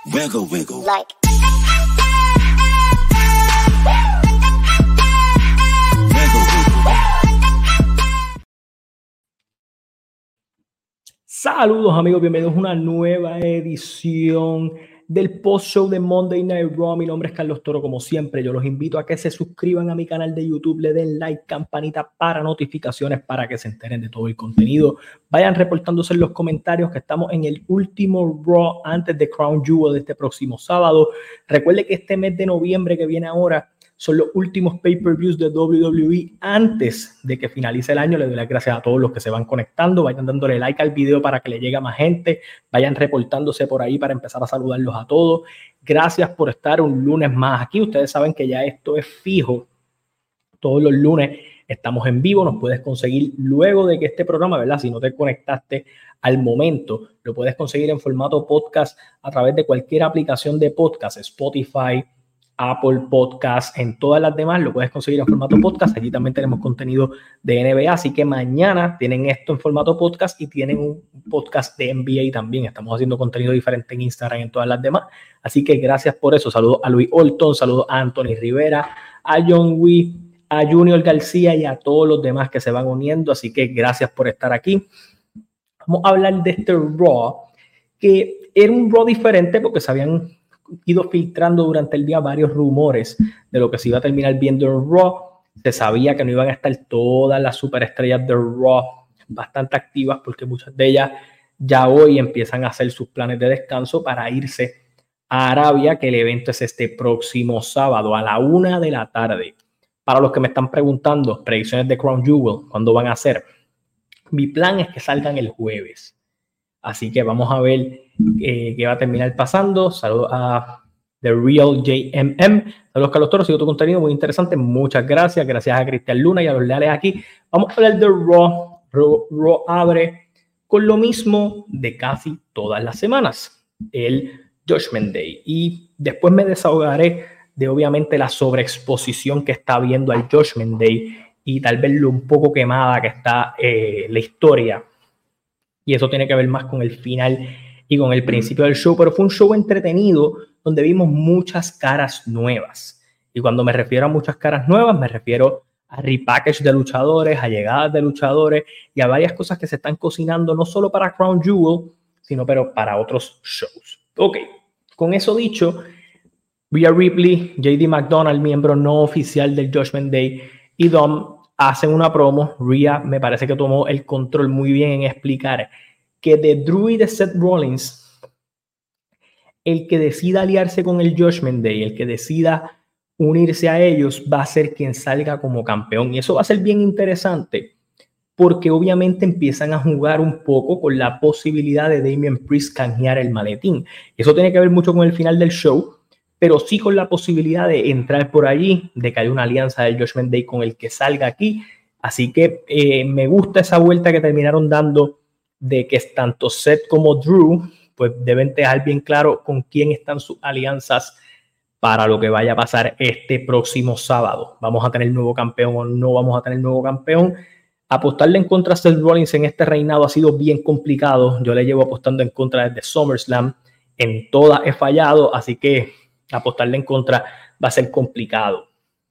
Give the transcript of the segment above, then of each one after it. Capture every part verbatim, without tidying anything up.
Wiggle, wiggle. Like. Saludos amigos, bienvenidos a una nueva edición del post-show de Monday Night Raw. Mi nombre es Carlos Toro, como siempre. Yo los invito a que se suscriban a mi canal de YouTube, le den like, campanita para notificaciones para que se enteren de todo el contenido. Vayan reportándose en los comentarios que estamos en el último Raw antes de Crown Jewel de este próximo sábado. Recuerde que este mes de noviembre que viene ahora son los últimos pay-per-views de doble u doble u E antes de que finalice el año. Les doy las gracias a todos los que se van conectando. Vayan dándole like al video para que le llegue a más gente. Vayan reportándose por ahí para empezar a saludarlos a todos. Gracias por estar un lunes más aquí. Ustedes saben que ya esto es fijo. Todos los lunes estamos en vivo. Nos puedes conseguir luego de que este programa, ¿verdad? Si no te conectaste al momento, lo puedes conseguir en formato podcast a través de cualquier aplicación de podcast, Spotify, Apple Podcast, en todas las demás lo puedes conseguir en formato podcast. Allí también tenemos contenido de N B A, así que mañana tienen esto en formato podcast y tienen un podcast de N B A también. Estamos haciendo contenido diferente en Instagram y en todas las demás, así que gracias por eso. Saludos a Luis Olton, saludos a Anthony Rivera, a John Wee, a Junior García y a todos los demás que se van uniendo, así que gracias por estar aquí. Vamos a hablar de este Raw, que era un Raw diferente porque se habían ido filtrando durante el día varios rumores de lo que se iba a terminar viendo en Raw. Se sabía que no iban a estar todas las superestrellas de Raw bastante activas porque muchas de ellas ya hoy empiezan a hacer sus planes de descanso para irse a Arabia, que el evento es este próximo sábado a la una de la tarde. Para los que me están preguntando, predicciones de Crown Jewel, ¿cuándo van a ser? Mi plan es que salgan el jueves. Así que vamos a ver eh, qué va a terminar pasando. Saludos a The Real J M M. Saludos, Carlos Toro. Sigo tu contenido muy interesante. Muchas gracias. Gracias a Cristian Luna y a los leales aquí. Vamos a hablar de Raw. Raw. Raw abre con lo mismo de casi todas las semanas. El Judgment Day. Y después me desahogaré de obviamente la sobreexposición que está viendo al Judgment Day y tal vez lo un poco quemada que está eh, la historia. Y eso tiene que ver más con el final y con el principio del show. Pero fue un show entretenido donde vimos muchas caras nuevas. Y cuando me refiero a muchas caras nuevas, me refiero a repackage de luchadores, a llegadas de luchadores y a varias cosas que se están cocinando, no solo para Crown Jewel, sino pero para otros shows. Ok, con eso dicho, Rhea Ripley, J D McDonald, miembro no oficial del Judgment Day, y Dom hacen una promo. Rhea me parece que tomó el control muy bien en explicar que de Drew y de Seth Rollins, el que decida aliarse con el Judgment Day, el que decida unirse a ellos, va a ser quien salga como campeón. Y eso va a ser bien interesante porque obviamente empiezan a jugar un poco con la posibilidad de Damian Priest canjear el maletín. Eso tiene que ver mucho con el final del show, pero sí con la posibilidad de entrar por allí, de que haya una alianza del Judgment Day con el que salga aquí. Así que eh, me gusta esa vuelta que terminaron dando de que tanto Seth como Drew pues deben dejar bien claro con quién están sus alianzas para lo que vaya a pasar este próximo sábado. ¿Vamos a tener nuevo campeón o no vamos a tener nuevo campeón? Apostarle en contra a Seth Rollins en este reinado ha sido bien complicado. Yo le llevo apostando en contra desde SummerSlam. En todas he fallado, así que apostarle en contra va a ser complicado.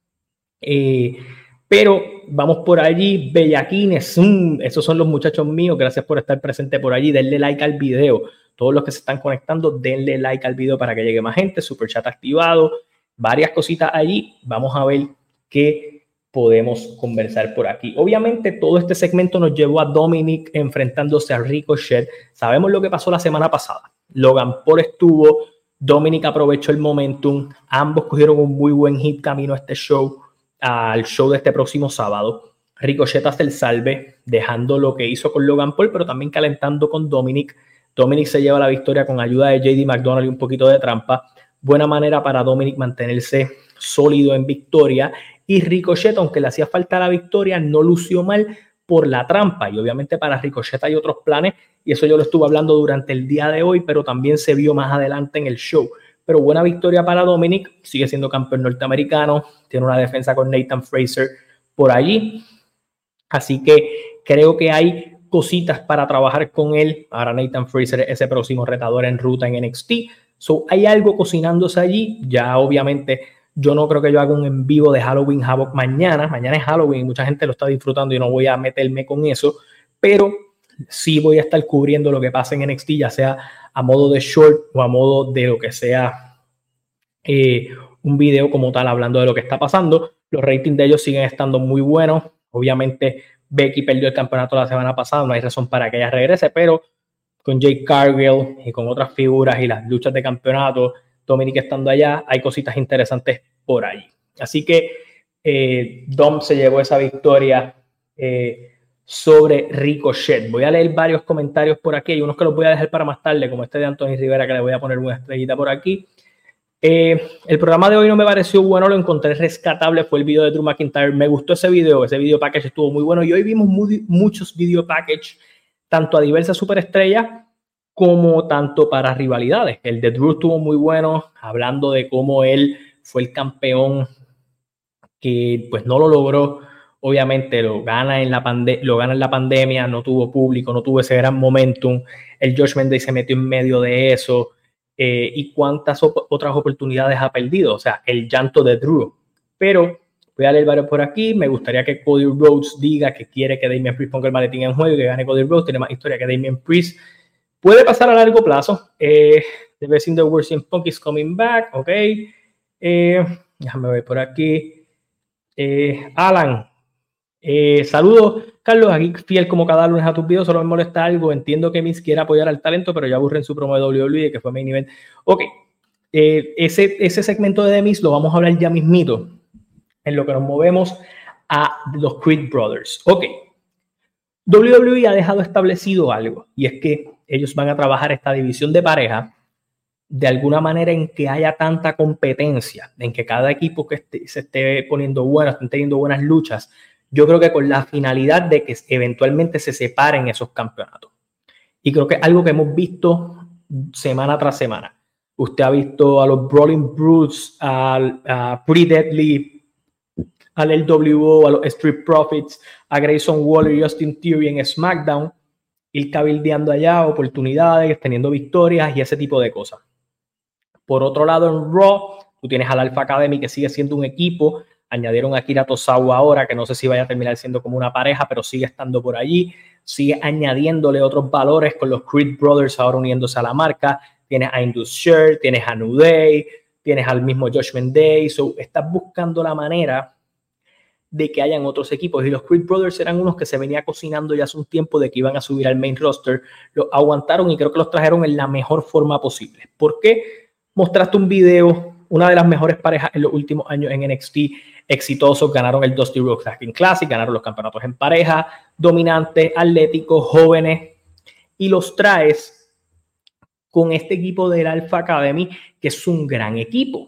Eh, pero vamos por allí, bellaquines. Mm, esos son los muchachos míos. Gracias por estar presente por allí. Denle like al video. Todos los que se están conectando, denle like al video para que llegue más gente. Super chat activado. Varias cositas allí. Vamos a ver qué podemos conversar por aquí. Obviamente todo este segmento nos llevó a Dominic enfrentándose a Ricochet. Sabemos lo que pasó la semana pasada. Logan Paul estuvo, Dominic aprovechó el momentum, ambos cogieron un muy buen hit camino a este show, al show de este próximo sábado. Ricochet hace el salve, dejando lo que hizo con Logan Paul, pero también calentando con Dominic. Dominic se lleva la victoria con ayuda de J D McDonald y un poquito de trampa. Buena manera para Dominic mantenerse sólido en victoria. Y Ricochet, aunque le hacía falta la victoria, no lució mal por la trampa. Y obviamente para Ricochet hay otros planes, y eso yo lo estuve hablando durante el día de hoy, pero también se vio más adelante en el show. Pero buena victoria para Dominic, sigue siendo campeón norteamericano, tiene una defensa con Nathan Fraser por allí. Así que creo que hay cositas para trabajar con él. Ahora Nathan Fraser es ese próximo retador en ruta en N X T. So, hay algo cocinándose allí. Ya obviamente yo no creo que yo haga un en vivo de Halloween Havoc mañana. Mañana es Halloween y mucha gente lo está disfrutando y no voy a meterme con eso. Pero sí voy a estar cubriendo lo que pasa en N X T, ya sea a modo de short o a modo de lo que sea eh, un video como tal hablando de lo que está pasando. Los ratings de ellos siguen estando muy buenos. Obviamente Becky perdió el campeonato la semana pasada, no hay razón para que ella regrese, pero con Jade Cargill y con otras figuras y las luchas de campeonato, Dominic estando allá, hay cositas interesantes por ahí. Así que eh, Dom se llevó esa victoria eh, sobre Ricochet. Voy a leer varios comentarios por aquí, hay unos que los voy a dejar para más tarde, como este de Anthony Rivera, que le voy a poner una estrellita por aquí. Eh, el programa de hoy no me pareció bueno, lo encontré rescatable, fue el video de Drew McIntyre, me gustó ese video, ese video package estuvo muy bueno y hoy vimos muy, muchos video package, tanto a diversas superestrellas como tanto para rivalidades. El de Drew estuvo muy bueno, hablando de cómo él fue el campeón que pues no lo logró, obviamente lo gana en la, pande- lo gana en la pandemia, no tuvo público, no tuvo ese gran momentum, el Judgment Day se metió en medio de eso. Eh, y cuántas op- otras oportunidades ha perdido, o sea, el llanto de Drew. Pero voy a leer varios por aquí. Me gustaría que Cody Rhodes diga que quiere que Damian Priest ponga el maletín en juego y que gane Cody Rhodes. Tiene más historia que Damian Priest. Puede pasar a largo plazo. Eh, the best in the world, C M Punk is coming back. Ok. Eh, déjame ver por aquí. Eh, Alan. Eh, saludos, Carlos, aquí fiel como cada lunes a tus videos, solo me molesta algo, entiendo que Miz quiere apoyar al talento, pero ya aburre en su promo de W W E, que fue main event. Ok, eh, ese, ese segmento de The Miz lo vamos a hablar ya mismito, en lo que nos movemos a los Creed Brothers. Ok, W W E ha dejado establecido algo, y es que ellos van a trabajar esta división de pareja de alguna manera en que haya tanta competencia, en que cada equipo que esté, se esté poniendo bueno, estén teniendo buenas luchas, yo creo que con la finalidad de que eventualmente se separen esos campeonatos. Y creo que es algo que hemos visto semana tras semana. Usted ha visto a los Brawling Brutes, al, a Pretty Deadly, al L W O, a los Street Profits, a Grayson Waller y Austin Theory en SmackDown, ir cabildeando allá oportunidades, teniendo victorias y ese tipo de cosas. Por otro lado, en Raw, tú tienes al Alpha Academy, que sigue siendo un equipo. Añadieron a Kira Tozawa ahora, que no sé si vaya a terminar siendo como una pareja, pero sigue estando por allí. Sigue añadiéndole otros valores con los Creed Brothers ahora uniéndose a la marca. Tienes a Indus Sher, tienes a New Day, tienes al mismo Judgment Day. So, estás buscando la manera de que hayan otros equipos. Y los Creed Brothers eran unos que se venía cocinando ya hace un tiempo de que iban a subir al main roster. Los aguantaron y creo que los trajeron en la mejor forma posible. ¿Por qué? Mostraste un video, una de las mejores parejas en los últimos años en N X T, exitosos, ganaron el Dusty Rhodes Tag Team Classic, ganaron los campeonatos en pareja, dominantes, atléticos, jóvenes, y los traes con este equipo del Alpha Academy, que es un gran equipo.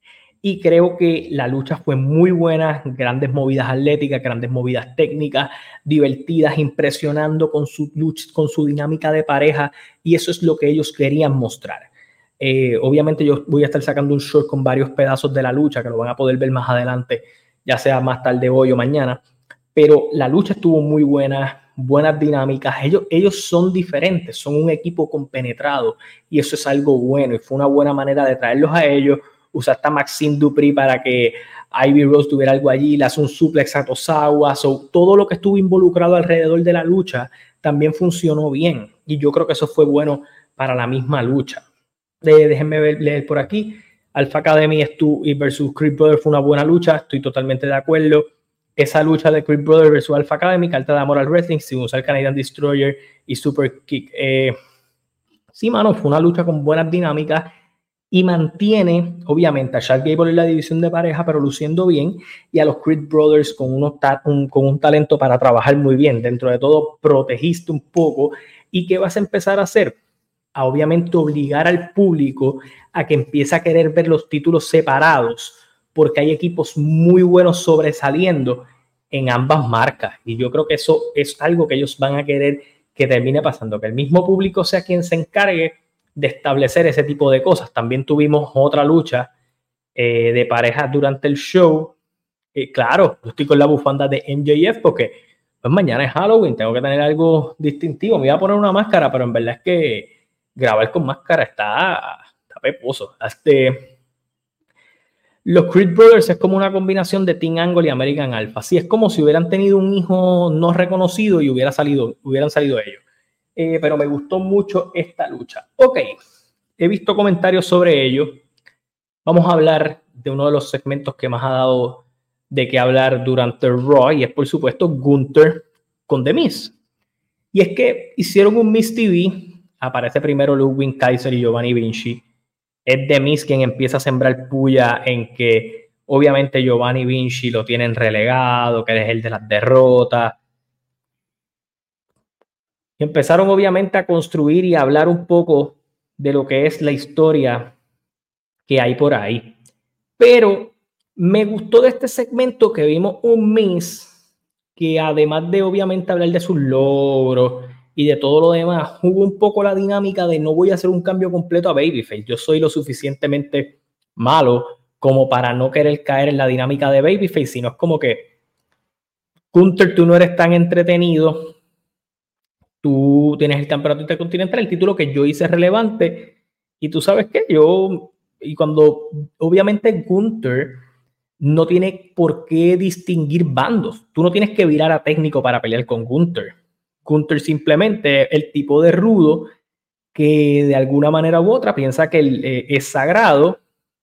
Y creo que la lucha fue muy buena, grandes movidas atléticas, grandes movidas técnicas, divertidas, impresionando con su lucha, con su dinámica de pareja, y eso es lo que ellos querían mostrar. Eh, obviamente yo voy a estar sacando un short con varios pedazos de la lucha que lo van a poder ver más adelante, ya sea más tarde hoy o mañana, pero la lucha estuvo muy buena, buenas dinámicas, ellos, ellos son diferentes, son un equipo compenetrado y eso es algo bueno y fue una buena manera de traerlos a ellos. Usaste a Maxine Dupri para que Ivy Rose tuviera algo allí, le hace un suplex a Tozawa, so, todo lo que estuvo involucrado alrededor de la lucha también funcionó bien y yo creo que eso fue bueno para la misma lucha. De, déjenme ver, leer por aquí. Alpha Academy versus Creed Brothers fue una buena lucha, estoy totalmente de acuerdo. Esa lucha de Creed Brothers versus Alpha Academy, carta de amor al wrestling, sin usar Canadian Destroyer y Super Kick. Eh, sí, mano, fue una lucha con buenas dinámicas y mantiene, obviamente, a Chad Gable en la división de pareja, pero luciendo bien, y a los Creed Brothers con, unos ta un, con un talento para trabajar muy bien. Dentro de todo, protegiste un poco. ¿Y qué vas a empezar a hacer? A obviamente obligar al público a que empiece a querer ver los títulos separados, porque hay equipos muy buenos sobresaliendo en ambas marcas. Y yo creo que eso es algo que ellos van a querer que termine pasando, que el mismo público sea quien se encargue de establecer ese tipo de cosas. También tuvimos otra lucha eh, de parejas durante el show. Eh, claro, yo estoy con la bufanda de M J F porque pues mañana es Halloween, tengo que tener algo distintivo. Me iba a poner una máscara, pero en verdad es que grabar con máscara está, está peposo. Este, los Creed Brothers es como una combinación de Teen Angle y American Alpha. Sí, es como si hubieran tenido un hijo no reconocido y hubiera salido, hubieran salido ellos. Eh, pero me gustó mucho esta lucha. Ok, he visto comentarios sobre ello. Vamos a hablar de uno de los segmentos que más ha dado de qué hablar durante el Raw, y es por supuesto Gunther con The Miz. Y es que hicieron un Miz T V, aparece primero Ludwig Kaiser y Giovanni Vinci. Es The Miz quien empieza a sembrar puya en que obviamente Giovanni Vinci lo tienen relegado, que él es el de las derrotas. Y empezaron obviamente a construir y a hablar un poco de lo que es la historia que hay por ahí. Pero me gustó de este segmento que vimos un Miz que, además de obviamente hablar de sus logros y de todo lo demás, jugó un poco la dinámica de no voy a hacer un cambio completo a Babyface. Yo soy lo suficientemente malo como para no querer caer en la dinámica de Babyface, sino es como que Gunther, tú no eres tan entretenido, tú tienes el campeonato intercontinental, el título que yo hice relevante, y tú sabes que yo, y cuando obviamente Gunther no tiene por qué distinguir bandos, tú no tienes que virar a técnico para pelear con Gunther. Gunther simplemente es el tipo de rudo que de alguna manera u otra piensa que eh, es sagrado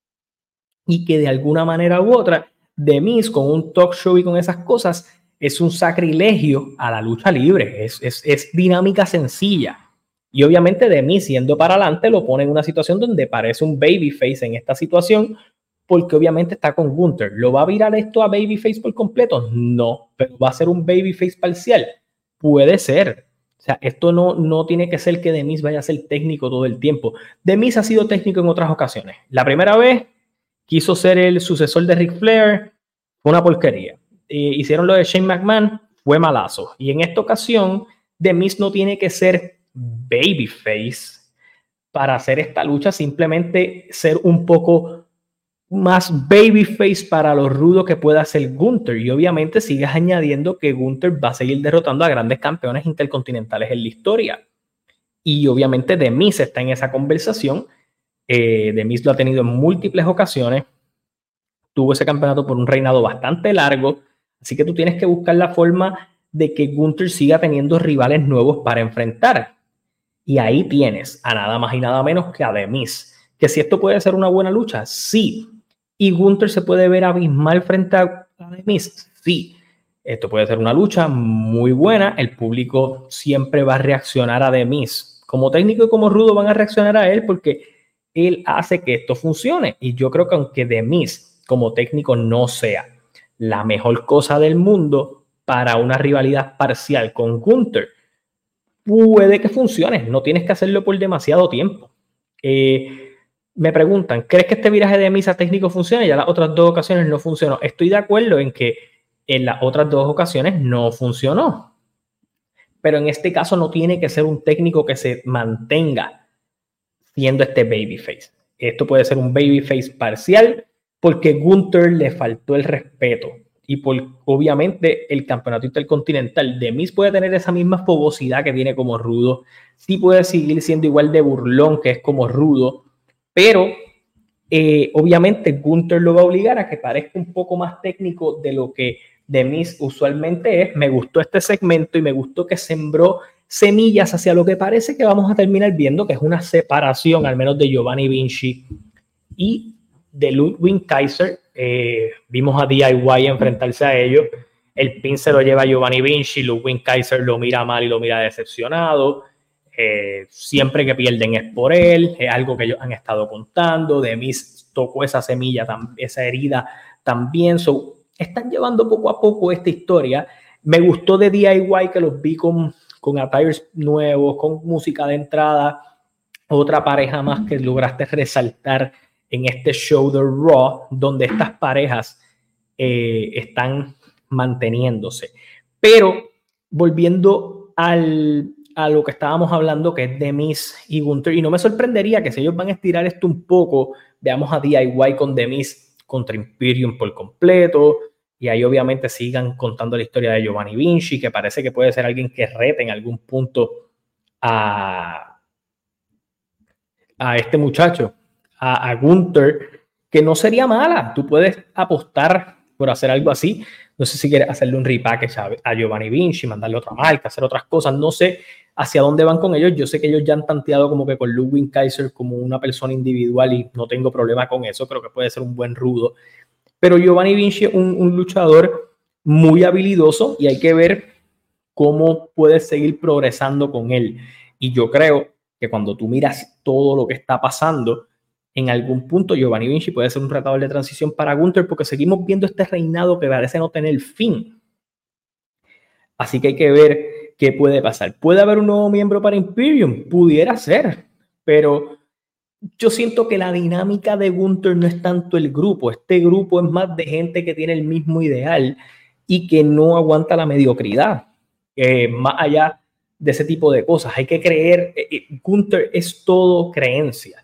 y que de alguna manera u otra The Miz con un talk show y con esas cosas es un sacrilegio a la lucha libre, es, es, es dinámica sencilla. Y obviamente The Miz yendo para adelante lo pone en una situación donde parece un babyface en esta situación, porque obviamente está con Gunther. ¿Lo va a virar esto a babyface por completo? No, pero va a ser un babyface parcial. Puede ser. O sea, esto no, no tiene que ser que The Miz vaya a ser técnico todo el tiempo. The Miz ha sido técnico en otras ocasiones. La primera vez quiso ser el sucesor de Ric Flair, fue una porquería. Eh, hicieron lo de Shane McMahon, fue malazo. Y en esta ocasión, The Miz no tiene que ser babyface para hacer esta lucha, simplemente ser un poco más babyface para lo rudo que pueda hacer Gunther. Y obviamente sigues añadiendo que Gunther va a seguir derrotando a grandes campeones intercontinentales en la historia. Y obviamente The Miz está en esa conversación. Eh, The Miz lo ha tenido en múltiples ocasiones. Tuvo ese campeonato por un reinado bastante largo. Así que tú tienes que buscar la forma de que Gunther siga teniendo rivales nuevos para enfrentar. Y ahí tienes a nada más y nada menos que a The Miz. Que si esto puede ser una buena lucha, sí. Y Gunther se puede ver abismal frente a The Miz, sí. Esto puede ser una lucha muy buena. El público siempre va a reaccionar a The Miz. Como técnico y como rudo van a reaccionar a él porque él hace que esto funcione. Y yo creo que aunque The Miz como técnico no sea la mejor cosa del mundo para una rivalidad parcial con Gunther, puede que funcione, no tienes que hacerlo por demasiado tiempo. Eh, me preguntan, ¿crees que este viraje de Miz a técnico funciona? Ya las otras dos ocasiones no funcionó. Estoy de acuerdo en que en las otras dos ocasiones no funcionó. Pero en este caso no tiene que ser un técnico que se mantenga siendo este babyface. Esto puede ser un babyface parcial porque Gunther le faltó el respeto. Y por, obviamente, el campeonato intercontinental de Miz puede tener esa misma fogosidad que tiene como rudo. Sí puede seguir siendo igual de burlón que es como rudo, pero eh, obviamente Gunther lo va a obligar a que parezca un poco más técnico de lo que The Miz usualmente es. Me gustó este segmento y me gustó que sembró semillas hacia lo que parece que vamos a terminar viendo, que es una separación, al menos de Giovanni Vinci y de Ludwig Kaiser. Eh, vimos a D I Y enfrentarse a ellos. El pin se lo lleva a Giovanni Vinci, Ludwig Kaiser lo mira mal y lo mira decepcionado. Eh, siempre que pierden es por él, es algo que ellos han estado contando. The Miz tocó esa semilla, esa herida también. So, están llevando poco a poco esta historia. Me gustó de D I Y que los vi con, con attires nuevos, con música de entrada. Otra pareja más que lograste resaltar en este show de Raw, donde estas parejas eh, están manteniéndose. Pero volviendo al, a lo que estábamos hablando, que es de Miz y Gunther, y no me sorprendería que si ellos van a estirar esto un poco, veamos a D I Y con The Miz contra Imperium por completo, y ahí obviamente sigan contando la historia de Giovanni Vinci, que parece que puede ser alguien que rete en algún punto a, a este muchacho, a, a Gunther, que no sería mala. Tú puedes apostar por hacer algo así. No sé si quieres hacerle un repackage a, a Giovanni Vinci, mandarle otra marca, hacer otras cosas. No sé hacia dónde van con ellos. Yo sé que ellos ya han tanteado como que con Ludwig Kaiser como una persona individual y no tengo problema con eso. Creo que puede ser un buen rudo. Pero Giovanni Vinci es un, un luchador muy habilidoso y hay que ver cómo puedes seguir progresando con él. Y yo creo que cuando tú miras todo lo que está pasando, en algún punto Giovanni Vinci puede ser un retador de transición para Gunther, porque seguimos viendo este reinado que parece no tener fin. Así que hay que ver qué puede pasar. ¿Puede haber un nuevo miembro para Imperium? Pudiera ser, pero yo siento que la dinámica de Gunther no es tanto el grupo. Este grupo es más de gente que tiene el mismo ideal y que no aguanta la mediocridad. Eh, más allá de ese tipo de cosas, hay que creer. Eh, Gunther es todo creencia.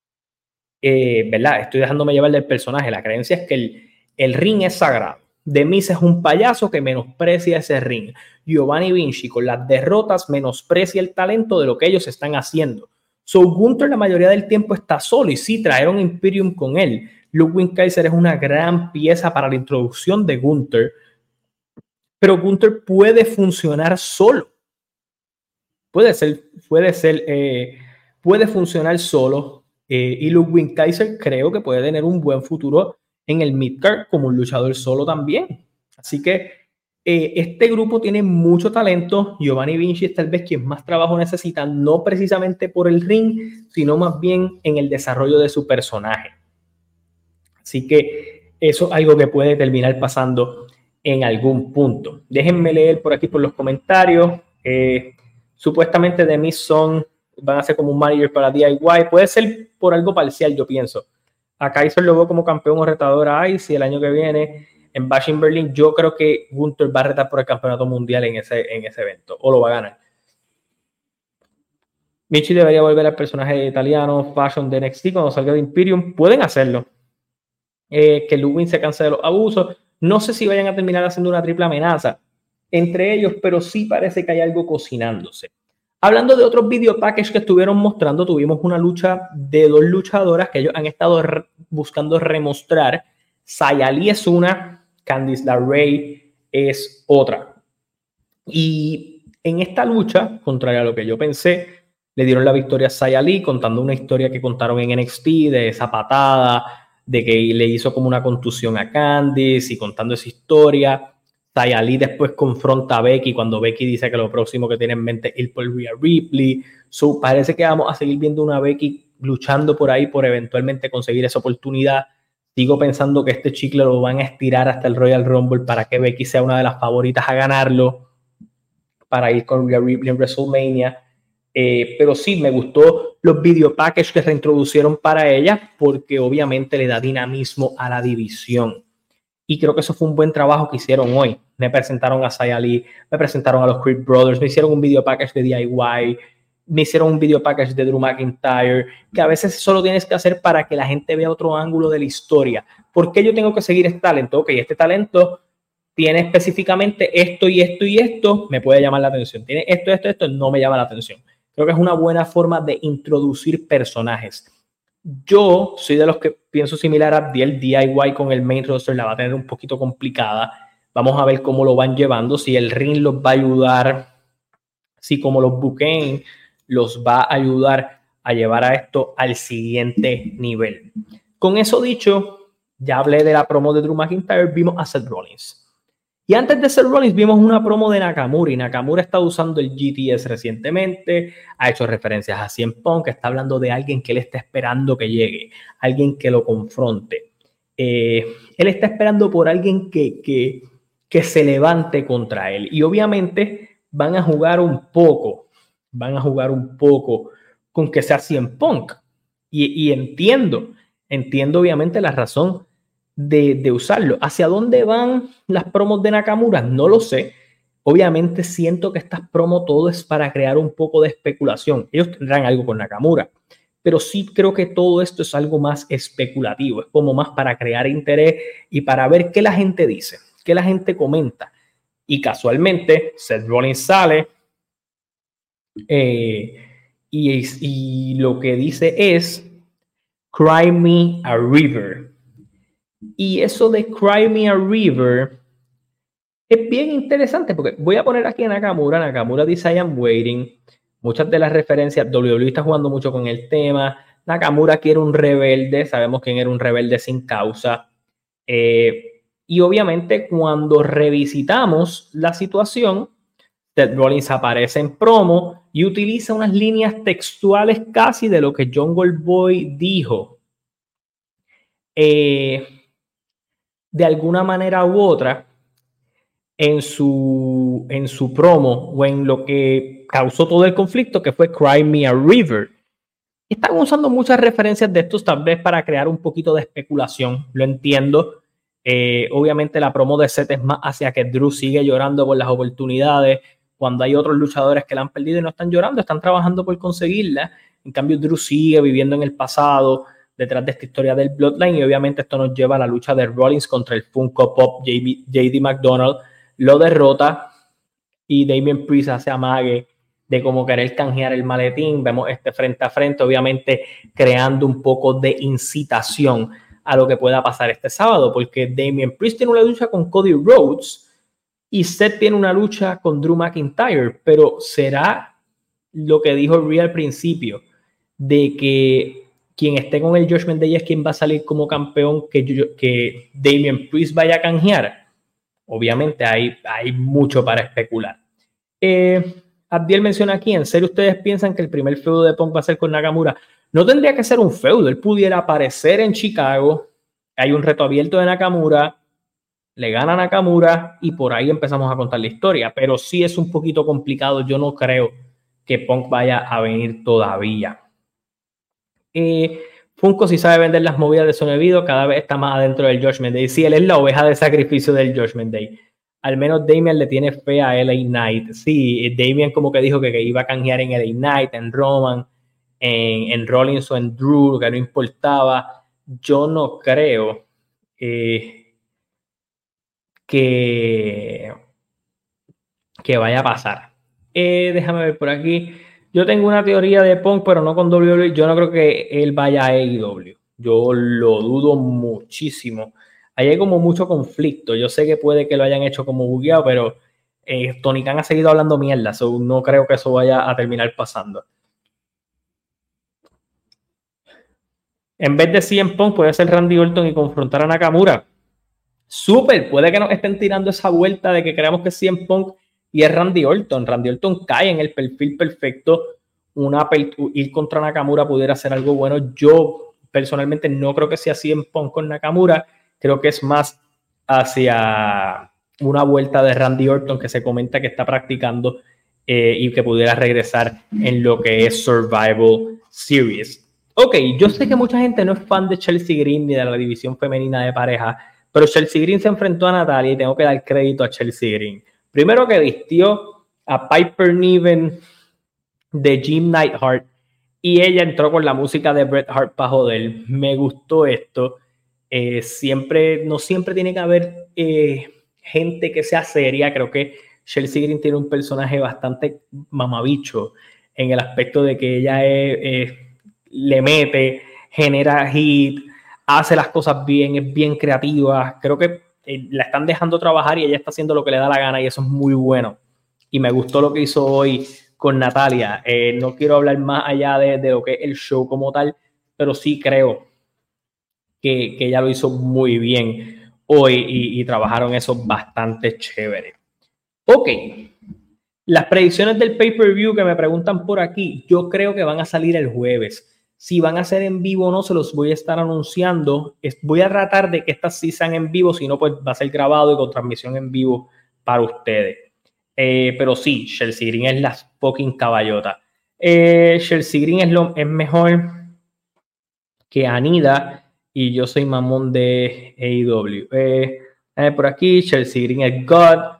Eh, ¿verdad? Estoy dejándome llevar del personaje. La creencia es que el, el ring es sagrado. The Miz es un payaso que menosprecia ese ring. Giovanni Vinci con las derrotas menosprecia el talento de lo que ellos están haciendo. So Gunther la mayoría del tiempo está solo y sí trajeron Imperium con él. Ludwig Kaiser es una gran pieza para la introducción de Gunther, pero Gunther puede funcionar solo. Puede ser, puede ser, eh, puede funcionar solo. Eh, y Ludwig Kaiser creo que puede tener un buen futuro en el midcard como un luchador solo también. Así que eh, este grupo tiene mucho talento. Giovanni Vinci es tal vez quien más trabajo necesita, no precisamente por el ring, sino más bien en el desarrollo de su personaje. Así que eso es algo que puede terminar pasando en algún punto. Déjenme leer por aquí por los comentarios. Eh, supuestamente The Miz son van a ser como un manager para D I Y. Puede ser por algo parcial, yo pienso. A Kaiser lo veo como campeón o retador a Ice y el año que viene en Bash in Berlin. Yo creo que Gunther va a retar por el campeonato mundial en ese, en ese evento o lo va a ganar. Michi debería volver al personaje italiano Fashion de N X T cuando salga de Imperium. Pueden hacerlo. Eh, que Ludwig se canse de los abusos. No sé si vayan a terminar haciendo una triple amenaza entre ellos, pero sí parece que hay algo cocinándose. Hablando de otros video packages que estuvieron mostrando, tuvimos una lucha de dos luchadoras que ellos han estado re buscando remostrar. Xia Li es una, Candice LeRae es otra. Y en esta lucha, contrario a lo que yo pensé, le dieron la victoria a Xia Li contando una historia que contaron en N X T de esa patada, de que le hizo como una contusión a Candice y contando esa historia. Xia Li después confronta a Becky cuando Becky dice que lo próximo que tiene en mente es ir por Rhea Ripley. So, parece que vamos a seguir viendo una Becky luchando por ahí por eventualmente conseguir esa oportunidad. Sigo pensando que este chicle lo van a estirar hasta el Royal Rumble para que Becky sea una de las favoritas a ganarlo, para ir con Rhea Ripley en WrestleMania. Eh, pero sí, me gustó los video packages que reintroducieron para ella porque obviamente le da dinamismo a la división. Y creo que eso fue un buen trabajo que hicieron hoy. Me presentaron a Xia Li, me presentaron a los Creed Brothers, me hicieron un video package de D I Y, me hicieron un video package de Drew McIntyre, que a veces solo tienes que hacer para que la gente vea otro ángulo de la historia. ¿Por qué yo tengo que seguir este talento? Ok, este talento tiene específicamente esto y esto y esto, me puede llamar la atención. Tiene esto, esto, esto, no me llama la atención. Creo que es una buena forma de introducir personajes. Yo soy de los que pienso similar a Abdiel. D I Y con el main roster la va a tener un poquito complicada. Vamos a ver cómo lo van llevando, si el ring los va a ayudar, si como los buquen los va a ayudar a llevar a esto al siguiente nivel. Con eso dicho, ya hablé de la promo de Drew McIntyre, vimos a Seth Rollins. Y antes de Seth Rollins vimos una promo de Nakamura y Nakamura está usando el G T S recientemente, ha hecho referencias a C M Punk, está hablando de alguien que él está esperando que llegue, alguien que lo confronte. Eh, él está esperando por alguien que, que, que se levante contra él y obviamente van a jugar un poco, van a jugar un poco con que sea C M Punk y, y entiendo, entiendo obviamente la razón De, de usarlo. ¿Hacia dónde van las promos de Nakamura? No lo sé. Obviamente siento que estas promos todo es para crear un poco de especulación. Ellos tendrán algo con Nakamura, pero sí creo que todo esto es algo más especulativo. Es como más para crear interés y para ver qué la gente dice, qué la gente comenta. Y casualmente Seth Rollins sale eh, y, y lo que dice es Cry Me a River. Y eso de Cry Me a River es bien interesante porque voy a poner aquí a Nakamura. Nakamura dice I am waiting. Muchas de las referencias, W W E está jugando mucho con el tema. Nakamura quiere un rebelde. Sabemos quién era un rebelde sin causa. Eh, y obviamente cuando revisitamos la situación, Seth Rollins aparece en promo y utiliza unas líneas textuales casi de lo que John Goldboy dijo. Eh, de alguna manera u otra, en su, en su promo o en lo que causó todo el conflicto, que fue Cry Me a River. Están usando muchas referencias de estos tal vez para crear un poquito de especulación, lo entiendo. Eh, obviamente la promo de Seth es más hacia que Drew sigue llorando por las oportunidades, cuando hay otros luchadores que la han perdido y no están llorando, están trabajando por conseguirla. En cambio Drew sigue viviendo en el pasado detrás de esta historia del Bloodline, y obviamente esto nos lleva a la lucha de Rollins contra el Funko Pop J D McDonald. Lo derrota y Damian Priest hace amague de como querer canjear el maletín. Vemos este frente a frente, obviamente creando un poco de incitación a lo que pueda pasar este sábado, porque Damian Priest tiene una lucha con Cody Rhodes y Seth tiene una lucha con Drew McIntyre, pero será lo que dijo Rhea al principio, de que quien esté con el Judgment Day es quien va a salir como campeón, que, que Damian Priest vaya a canjear. Obviamente hay, hay mucho para especular. Eh, Abdiel menciona aquí, ¿en serio ustedes piensan que el primer feudo de Punk va a ser con Nakamura? No tendría que ser un feudo, él pudiera aparecer en Chicago, hay un reto abierto de Nakamura, le gana Nakamura y por ahí empezamos a contar la historia, pero sí es un poquito complicado, yo no creo que Punk vaya a venir todavía. Eh, Funko sí sabe vender las movidas de Sonya Deville, cada vez está más adentro del Judgment Day. Sí, él es la oveja de sacrificio del Judgment Day. Al menos Damian le tiene fe a L A Knight. Sí, Damian como que dijo que, que iba a canjear en L A Knight, en Roman, en, en Rollins o en Drew, que no importaba. Yo no creo eh, que, que vaya a pasar. Eh, déjame ver por aquí. Yo tengo una teoría de Punk, pero no con W W E. Yo no creo que él vaya a A E W. Yo lo dudo muchísimo. Ahí hay como mucho conflicto. Yo sé que puede que lo hayan hecho como bugueado, pero eh, Tony Khan ha seguido hablando mierda. So no creo que eso vaya a terminar pasando. En vez de C M Punk, puede ser Randy Orton y confrontar a Nakamura. Súper, puede que nos estén tirando esa vuelta de que creamos que es C M Punk y es Randy Orton. Randy Orton cae en el perfil perfecto. Una ir contra Nakamura pudiera ser algo bueno. Yo personalmente no creo que sea C M Punk con Nakamura. Creo que es más hacia una vuelta de Randy Orton que se comenta que está practicando eh, y que pudiera regresar en lo que es Survival Series. Ok, yo sé que mucha gente no es fan de Chelsea Green ni de la división femenina de pareja, pero Chelsea Green se enfrentó a Natalya y tengo que dar crédito a Chelsea Green. Primero que vistió a Piper Niven de Jim Neidhart y ella entró con la música de Bret Hart para joder. Me gustó esto. Eh, siempre, no siempre tiene que haber eh, gente que sea seria. Creo que Chelsea Green tiene un personaje bastante mamabicho en el aspecto de que ella es, eh, le mete, genera hit, hace las cosas bien, es bien creativa. Creo que eh, la están dejando trabajar y ella está haciendo lo que le da la gana y eso es muy bueno. Y me gustó lo que hizo hoy con Natalya. Eh, no quiero hablar más allá de, de lo que es el show como tal, pero sí creo que, que ella lo hizo muy bien hoy y, y trabajaron eso bastante chévere. Ok, las predicciones del pay-per-view que me preguntan por aquí, yo creo que van a salir el jueves. Si van a ser en vivo o no, se los voy a estar anunciando. Voy a tratar de que estas sí sean en vivo, si no, pues va a ser grabado y con transmisión en vivo para ustedes. Eh, pero sí, Chelsea Green es la fucking caballota. Eh, Chelsea Green es, lo, es mejor que Anida y yo soy mamón de A E W. Eh, eh, por aquí, Chelsea Green es God.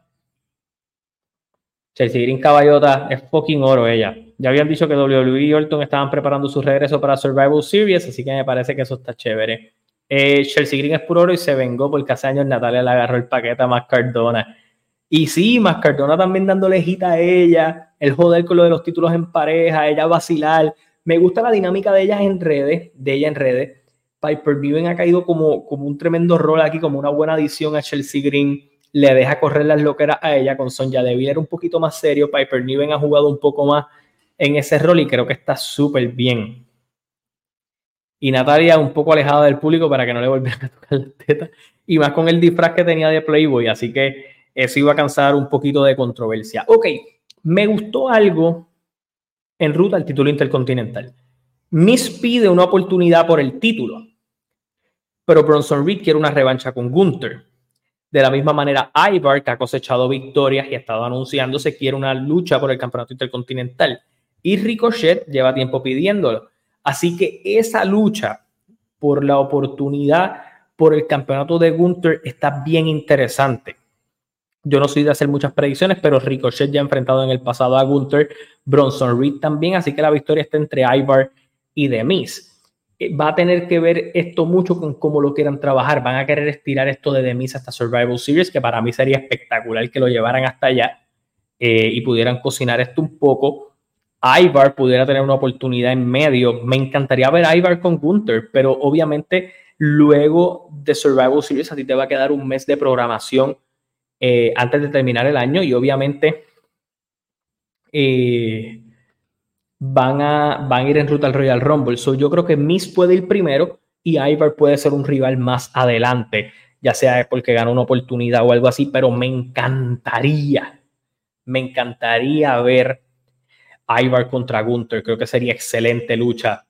Chelsea Green caballota es fucking oro ella. Ya habían dicho que W W E y Orton estaban preparando su regreso para Survival Series, así que me parece que eso está chévere. Eh, Chelsea Green es puro oro y se vengó porque hace años Natalya le agarró el paquete a Matt Cardona. Y sí, Matt Cardona también dándole jita a ella, el joder con lo de los títulos en pareja, ella vacilar. Me gusta la dinámica de ella en redes, de ella en redes. Piper Niven ha caído como, como un tremendo rol aquí, como una buena adición a Chelsea Green. Le deja correr las loqueras a ella. Con Sonya Deville era un poquito más serio. Piper Niven ha jugado un poco más en ese rol y creo que está súper bien. Y Natalia un poco alejada del público para que no le volvieran a tocar las tetas. Y más con el disfraz que tenía de Playboy. Así que eso iba a causar un poquito de controversia. Ok, me gustó algo en ruta al título intercontinental. Miz pide una oportunidad por el título, pero Bronson Reed quiere una revancha con Gunther. De la misma manera, Ivar, que ha cosechado victorias y ha estado anunciándose, quiere una lucha por el campeonato intercontinental. Y Ricochet lleva tiempo pidiéndolo. Así que esa lucha por la oportunidad por el campeonato de Gunther está bien interesante. Yo no soy de hacer muchas predicciones, pero Ricochet ya ha enfrentado en el pasado a Gunther, Bronson Reed también, así que la victoria está entre Ivar y The Miz. Va a tener que ver esto mucho con cómo lo quieran trabajar. Van a querer estirar esto de The Miz hasta Survival Series, que para mí sería espectacular que lo llevaran hasta allá eh, y pudieran cocinar esto un poco. Ivar pudiera tener una oportunidad en medio. Me encantaría ver a Ivar con Gunther, pero obviamente luego de Survival Series a ti te va a quedar un mes de programación eh, antes de terminar el año y obviamente eh, van, a, van a ir en ruta al Royal Rumble. So, yo creo que Miz puede ir primero y Ivar puede ser un rival más adelante, ya sea porque gana una oportunidad o algo así, pero me encantaría, me encantaría ver Ivar contra Gunther. Creo que sería excelente lucha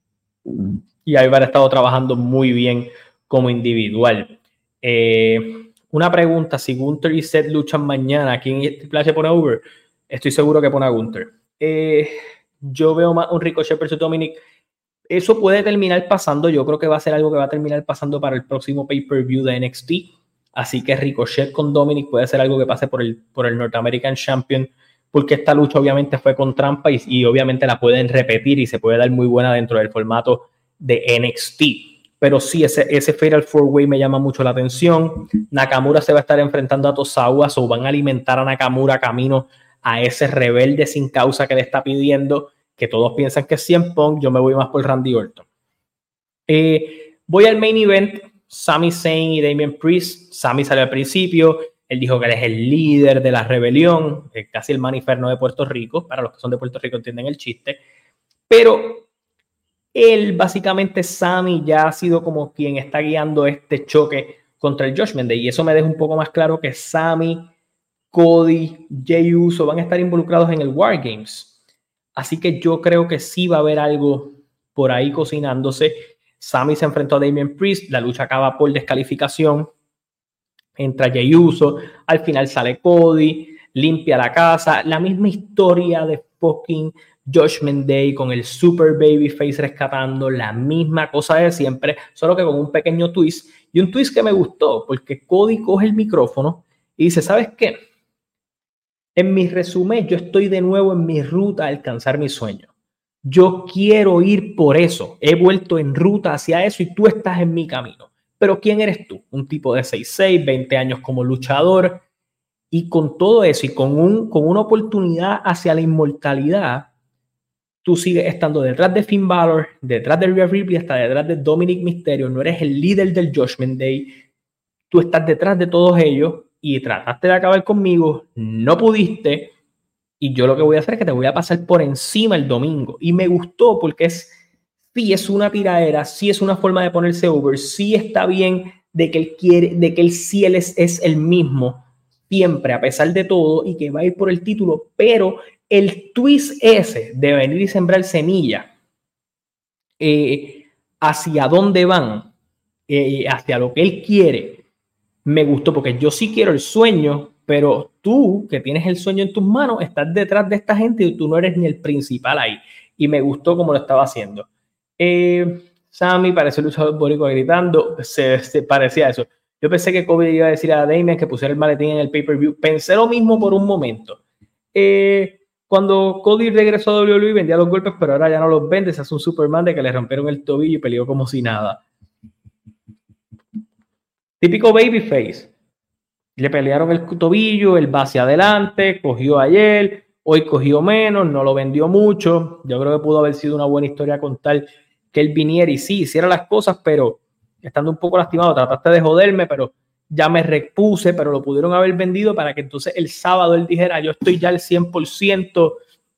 y Ivar ha estado trabajando muy bien como individual. Eh, una pregunta, si Gunther y Seth luchan mañana, ¿quién se pone over? Estoy seguro que pone a Gunther. Eh, yo veo más un Ricochet versus Dominic. Eso puede terminar pasando. Yo creo que va a ser algo que va a terminar pasando para el próximo pay-per-view de N X T. Así que Ricochet con Dominic puede ser algo que pase por el, por el North American Champion, porque esta lucha obviamente fue con trampa y, y obviamente la pueden repetir y se puede dar muy buena dentro del formato de N X T. Pero sí, ese, ese Fatal four way me llama mucho la atención. Nakamura se va a estar enfrentando a Tozawa, o van a alimentar a Nakamura camino a ese rebelde sin causa que le está pidiendo, que todos piensan que es C M Punk. Yo me voy más por Randy Orton. Eh, voy al main event, Sami Zayn y Damian Priest. Sami salió al principio, él dijo que él es el líder de la rebelión, eh, casi el maniferno de Puerto Rico. Para los que son de Puerto Rico entienden el chiste, pero él, básicamente, Sami ya ha sido como quien está guiando este choque contra el Judgment Day, y eso me deja un poco más claro que Sami, Cody, Jey Uso van a estar involucrados en el War Games. Así que yo creo que sí va a haber algo por ahí cocinándose. Sami se enfrentó a Damian Priest, la lucha acaba por descalificación, entra Jey Uso, al final sale Cody, limpia la casa, la misma historia de fucking Judgment Day con el super babyface rescatando, la misma cosa de siempre, solo que con un pequeño twist, y un twist que me gustó, porque Cody coge el micrófono y dice, ¿sabes qué? En mi resumen, yo estoy de nuevo en mi ruta a alcanzar mi sueño. Yo quiero ir por eso. He vuelto en ruta hacia eso y tú estás en mi camino. Pero ¿quién eres tú? Un tipo de seis seis, veinte años como luchador. Y con todo eso y con, un, con una oportunidad hacia la inmortalidad, tú sigues estando detrás de Finn Balor, detrás de Rhea Ripley, hasta detrás de Dominic Mysterio. No eres el líder del Judgment Day. Tú estás detrás de todos ellos y trataste de acabar conmigo, no pudiste, y yo lo que voy a hacer es que te voy a pasar por encima el domingo. Y me gustó porque es, sí es una tiradera, sí es una forma de ponerse over, sí está bien de que él quiere, de que él sí él es, es el mismo siempre, a pesar de todo, y que va a ir por el título, pero el twist ese de venir y sembrar semilla eh, hacia dónde van, eh, hacia lo que él quiere, me gustó porque yo sí quiero el sueño, pero tú que tienes el sueño en tus manos estás detrás de esta gente y tú no eres ni el principal ahí, y me gustó como lo estaba haciendo. eh, Sami parece el luchador boricua gritando, se, se parecía a eso. Yo pensé que Kobe iba a decir a Damian que pusiera el maletín en el pay-per-view, pensé lo mismo por un momento. eh, cuando Cody regresó a doble u doble u E vendía los golpes, pero ahora ya no los vende, se hace un Superman de que le rompieron el tobillo y peleó como si nada. Típico babyface. Le pelearon el tobillo, él va hacia adelante, cogió ayer, hoy cogió menos, no lo vendió mucho. Yo creo que pudo haber sido una buena historia a contar que él viniera y sí, hiciera las cosas, pero estando un poco lastimado, trataste de joderme, pero ya me repuse, pero lo pudieron haber vendido para que entonces el sábado él dijera, yo estoy ya al cien por ciento,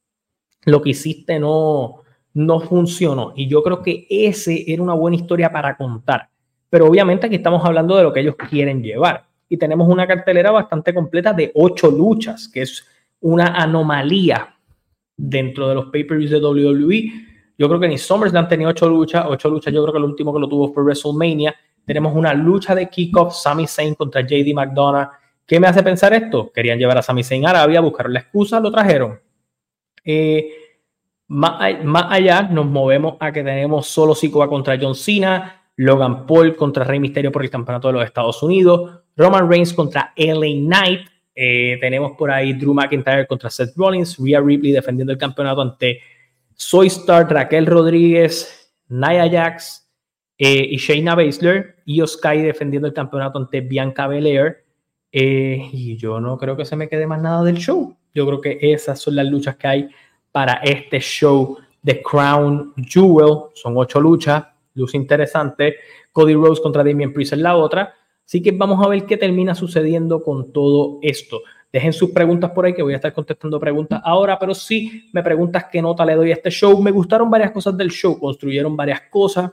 lo que hiciste no, no funcionó. Y yo creo que ese era una buena historia para contar. Pero obviamente aquí estamos hablando de lo que ellos quieren llevar. Y tenemos una cartelera bastante completa de ocho luchas, que es una anomalía dentro de los pay-per-views de W W E. Yo creo que ni SummerSlam tenía ocho luchas. Ocho luchas, yo creo que el último que lo tuvo fue WrestleMania. Tenemos una lucha de kickoff, Sami Zayn contra J D McDonough. ¿Qué me hace pensar esto? Querían llevar a Sami Zayn a Arabia, buscaron la excusa, lo trajeron. Eh, más, más allá nos movemos a que tenemos Solo Sikoa contra John Cena, Logan Paul contra Rey Mysterio por el campeonato de los Estados Unidos, Roman Reigns contra L A Knight, eh, tenemos por ahí Drew McIntyre contra Seth Rollins, Rhea Ripley defendiendo el campeonato ante Zoe Stark, Raquel Rodríguez, Nia Jax eh, y Shayna Baszler, Io Sky defendiendo el campeonato ante Bianca Belair. Eh, y yo no creo que se me quede más nada del show. Yo creo que esas son las luchas que hay para este show de Crown Jewel. Son ocho luchas, lucha interesante. Cody Rhodes contra Damian Priest en la otra. Así que vamos a ver qué termina sucediendo con todo esto. Dejen sus preguntas por ahí, que voy a estar contestando preguntas ahora, pero sí me preguntas qué nota le doy a este show. Me gustaron varias cosas del show, construyeron varias cosas,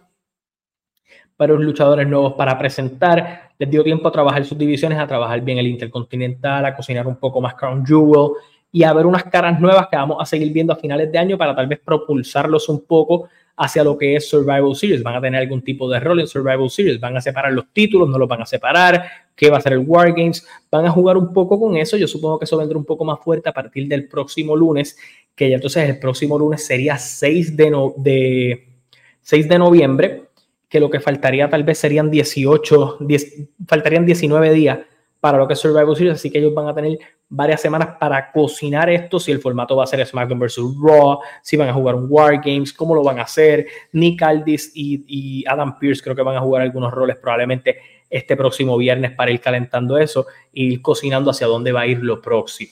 varios luchadores nuevos para presentar, les dio tiempo a trabajar sus divisiones, a trabajar bien el Intercontinental, a cocinar un poco más Crown Jewel y a ver unas caras nuevas que vamos a seguir viendo a finales de año para tal vez propulsarlos un poco hacia lo que es Survival Series. Van a tener algún tipo de rol en Survival Series, van a separar los títulos, no los van a separar, qué va a ser el War Games, van a jugar un poco con eso. Yo supongo que eso vendrá un poco más fuerte a partir del próximo lunes, que ya entonces el próximo lunes sería seis de, no, de, seis de noviembre, que lo que faltaría tal vez serían dieciocho, diez, faltarían diecinueve días para lo que es Survival Series, así que ellos van a tener varias semanas para cocinar esto, si el formato va a ser SmackDown versus Raw, si van a jugar un War Games, cómo lo van a hacer. Nick Aldis y, y Adam Pearce creo que van a jugar algunos roles probablemente este próximo viernes para ir calentando eso e ir cocinando hacia dónde va a ir lo próximo.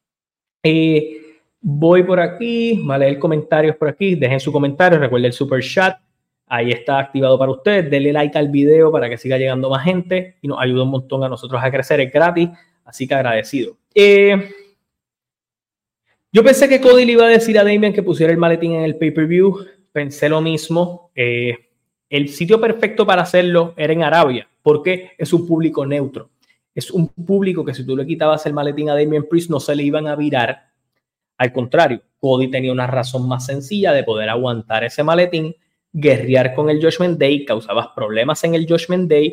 Eh, voy por aquí, voy a leer comentarios por aquí, dejen su comentario, recuerden el super chat. Ahí está activado para ustedes. Denle like al video para que siga llegando más gente y nos ayuda un montón a nosotros a crecer. Es gratis, así que agradecido. Eh, yo pensé que Cody le iba a decir a Damian que pusiera el maletín en el pay-per-view. Pensé lo mismo. Eh, el sitio perfecto para hacerlo era en Arabia, porque es un público neutro. Es un público que si tú le quitabas el maletín a Damian Priest no se le iban a virar. Al contrario, Cody tenía una razón más sencilla de poder aguantar ese maletín, guerrear con el Judgment Day, causabas problemas en el Judgment Day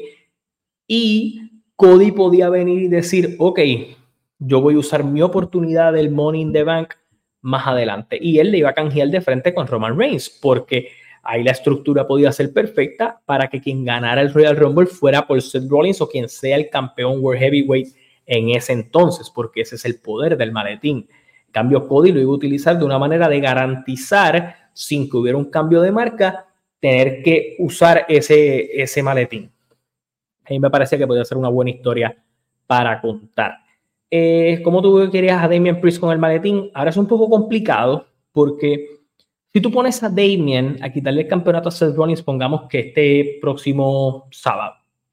y Cody podía venir y decir, ok, yo voy a usar mi oportunidad del Money in the Bank más adelante. Y él le iba a canjear de frente con Roman Reigns, porque ahí la estructura podía ser perfecta para que quien ganara el Royal Rumble fuera por Seth Rollins o quien sea el campeón World Heavyweight en ese entonces, porque ese es el poder del maletín. En cambio, Cody lo iba a utilizar de una manera de garantizar, sin que hubiera un cambio de marca, tener que usar ese, ese maletín. A mí me parecía que podía ser una buena historia para contar. Eh, ¿Cómo tú querías a Damian Priest con el maletín? Ahora es un poco complicado porque si tú pones a Damian a quitarle el campeonato a Seth Rollins, pongamos que este próximo sábado,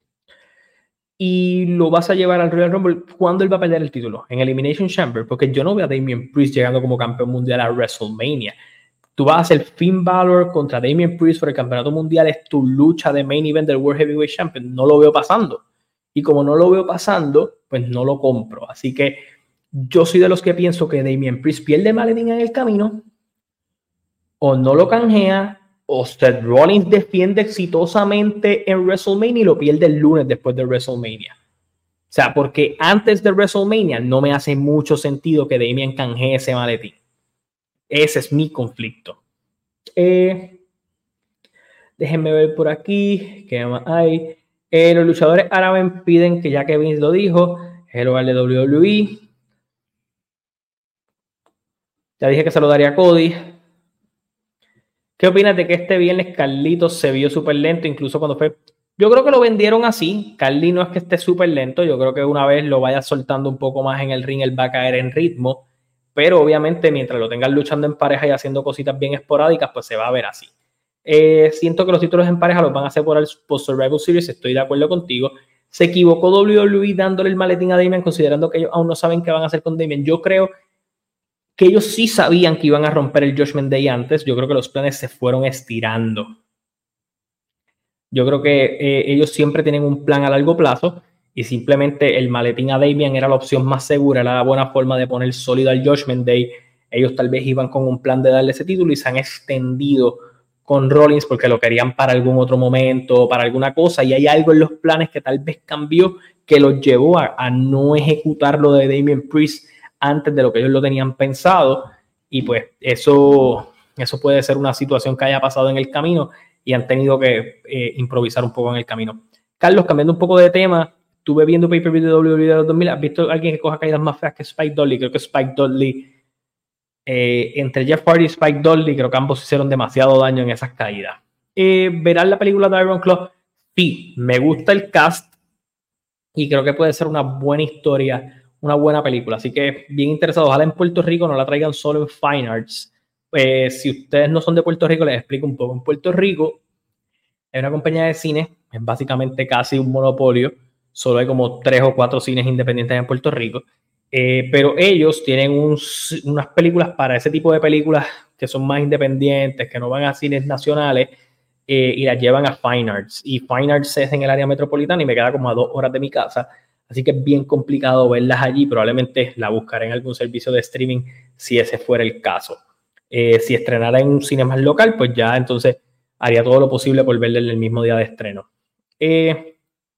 y lo vas a llevar al Royal Rumble, ¿cuándo él va a perder el título? En Elimination Chamber, porque yo no veo a Damian Priest llegando como campeón mundial a WrestleMania. Tú vas a hacer Finn Balor contra Damian Priest por el campeonato mundial, es tu lucha de main event del World Heavyweight Champion. No lo veo pasando. Y como no lo veo pasando, pues no lo compro. Así que yo soy de los que pienso que Damian Priest pierde maletín en el camino, o no lo canjea, o Seth Rollins defiende exitosamente en WrestleMania y lo pierde el lunes después de WrestleMania. O sea, porque antes de WrestleMania no me hace mucho sentido que Damian canjee ese maletín. Ese es mi conflicto. Eh, déjenme ver por aquí. ¿Qué más hay? Eh, los luchadores árabes piden que ya que Vince lo dijo, el hogar de W W E. Ya dije que se lo daría a Cody. ¿Qué opinas de que este viernes Carlitos se vio súper lento, incluso cuando fue? Yo creo que lo vendieron así. Carly no es que esté súper lento. Yo creo que una vez lo vaya soltando un poco más en el ring, él va a caer en ritmo. Pero obviamente mientras lo tengan luchando en pareja y haciendo cositas bien esporádicas, pues se va a ver así. Eh, siento que los títulos en pareja los van a hacer por el Post-Survival Series, estoy de acuerdo contigo. Se equivocó W W E dándole el maletín a Damian, considerando que ellos aún no saben qué van a hacer con Damian. Yo creo que ellos sí sabían que iban a romper el Judgment Day antes. Yo creo que los planes se fueron estirando. Yo creo que eh, ellos siempre tienen un plan a largo plazo y simplemente el maletín a Damian era la opción más segura, era la buena forma de poner sólido al Judgment Day. Ellos tal vez iban con un plan de darle ese título y se han extendido con Rollins porque lo querían para algún otro momento, para alguna cosa, y hay algo en los planes que tal vez cambió que los llevó a, a no ejecutar lo de Damian Priest antes de lo que ellos lo tenían pensado, y pues eso, eso puede ser una situación que haya pasado en el camino y han tenido que eh, improvisar un poco en el camino. Carlos, cambiando un poco de tema, estuve viendo pay-per-view de W W E de los dos mil, ¿has visto a alguien que coja caídas más feas que Spike Dudley? Creo que Spike Dudley, eh, entre Jeff Hardy y Spike Dudley, creo que ambos hicieron demasiado daño en esas caídas. Eh, ¿Verás la película de Iron Claw? Sí, me gusta el cast y creo que puede ser una buena historia, una buena película, así que bien interesado. Ojalá en Puerto Rico no la traigan solo en Fine Arts. Eh, si ustedes no son de Puerto Rico, les explico un poco. En Puerto Rico hay una compañía de cine, es básicamente casi un monopolio, solo hay como tres o cuatro cines independientes en Puerto Rico, eh, pero ellos tienen un, unas películas para ese tipo de películas que son más independientes, que no van a cines nacionales, eh, y las llevan a Fine Arts, y Fine Arts es en el área metropolitana y me queda como a dos horas de mi casa, así que es bien complicado verlas allí. Probablemente la buscaré en algún servicio de streaming si ese fuera el caso. Eh, si estrenara en un cine más local, pues ya entonces haría todo lo posible por verle el mismo día de estreno. Eh,